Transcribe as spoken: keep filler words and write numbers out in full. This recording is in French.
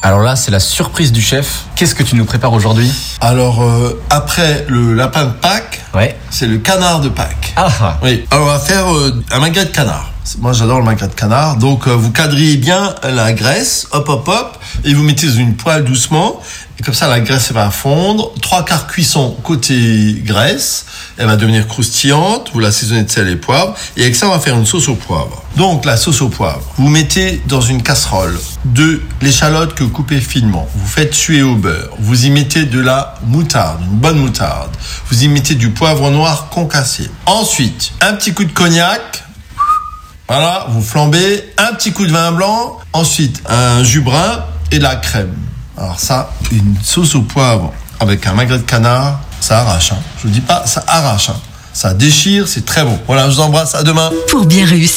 Alors là, c'est la surprise du chef. Qu'est-ce que tu nous prépares aujourd'hui ? Alors, euh, après le lapin de Pâques, Ouais. c'est le canard de Pâques. Ah ah. Oui. Alors, on va faire euh, un magret de canard. Moi, j'adore le magret de canard. Donc, euh, vous quadrillez bien la graisse, hop, hop, hop, et vous mettez dans une poêle doucement. Et comme ça, la graisse va fondre. Trois quarts cuisson côté graisse. Elle va devenir croustillante. Vous l'assaisonnez de sel et poivre. Et avec ça, on va faire une sauce au poivre. Donc, la sauce au poivre. Vous mettez dans une casserole de l'échalote que vous coupez finement. Vous faites suer au beurre. Vous y mettez de la moutarde, une bonne moutarde. Vous y mettez du poivre noir concassé. Ensuite, un petit coup de cognac. Voilà, vous flambez, un petit coup de vin blanc, ensuite un jus brun et de la crème. Alors ça, une sauce au poivre avec un magret de canard, ça arrache. Hein. Je vous dis pas, ça arrache. Hein. Ça déchire, c'est très bon. Voilà, je vous embrasse, à demain. Pour bien réussir.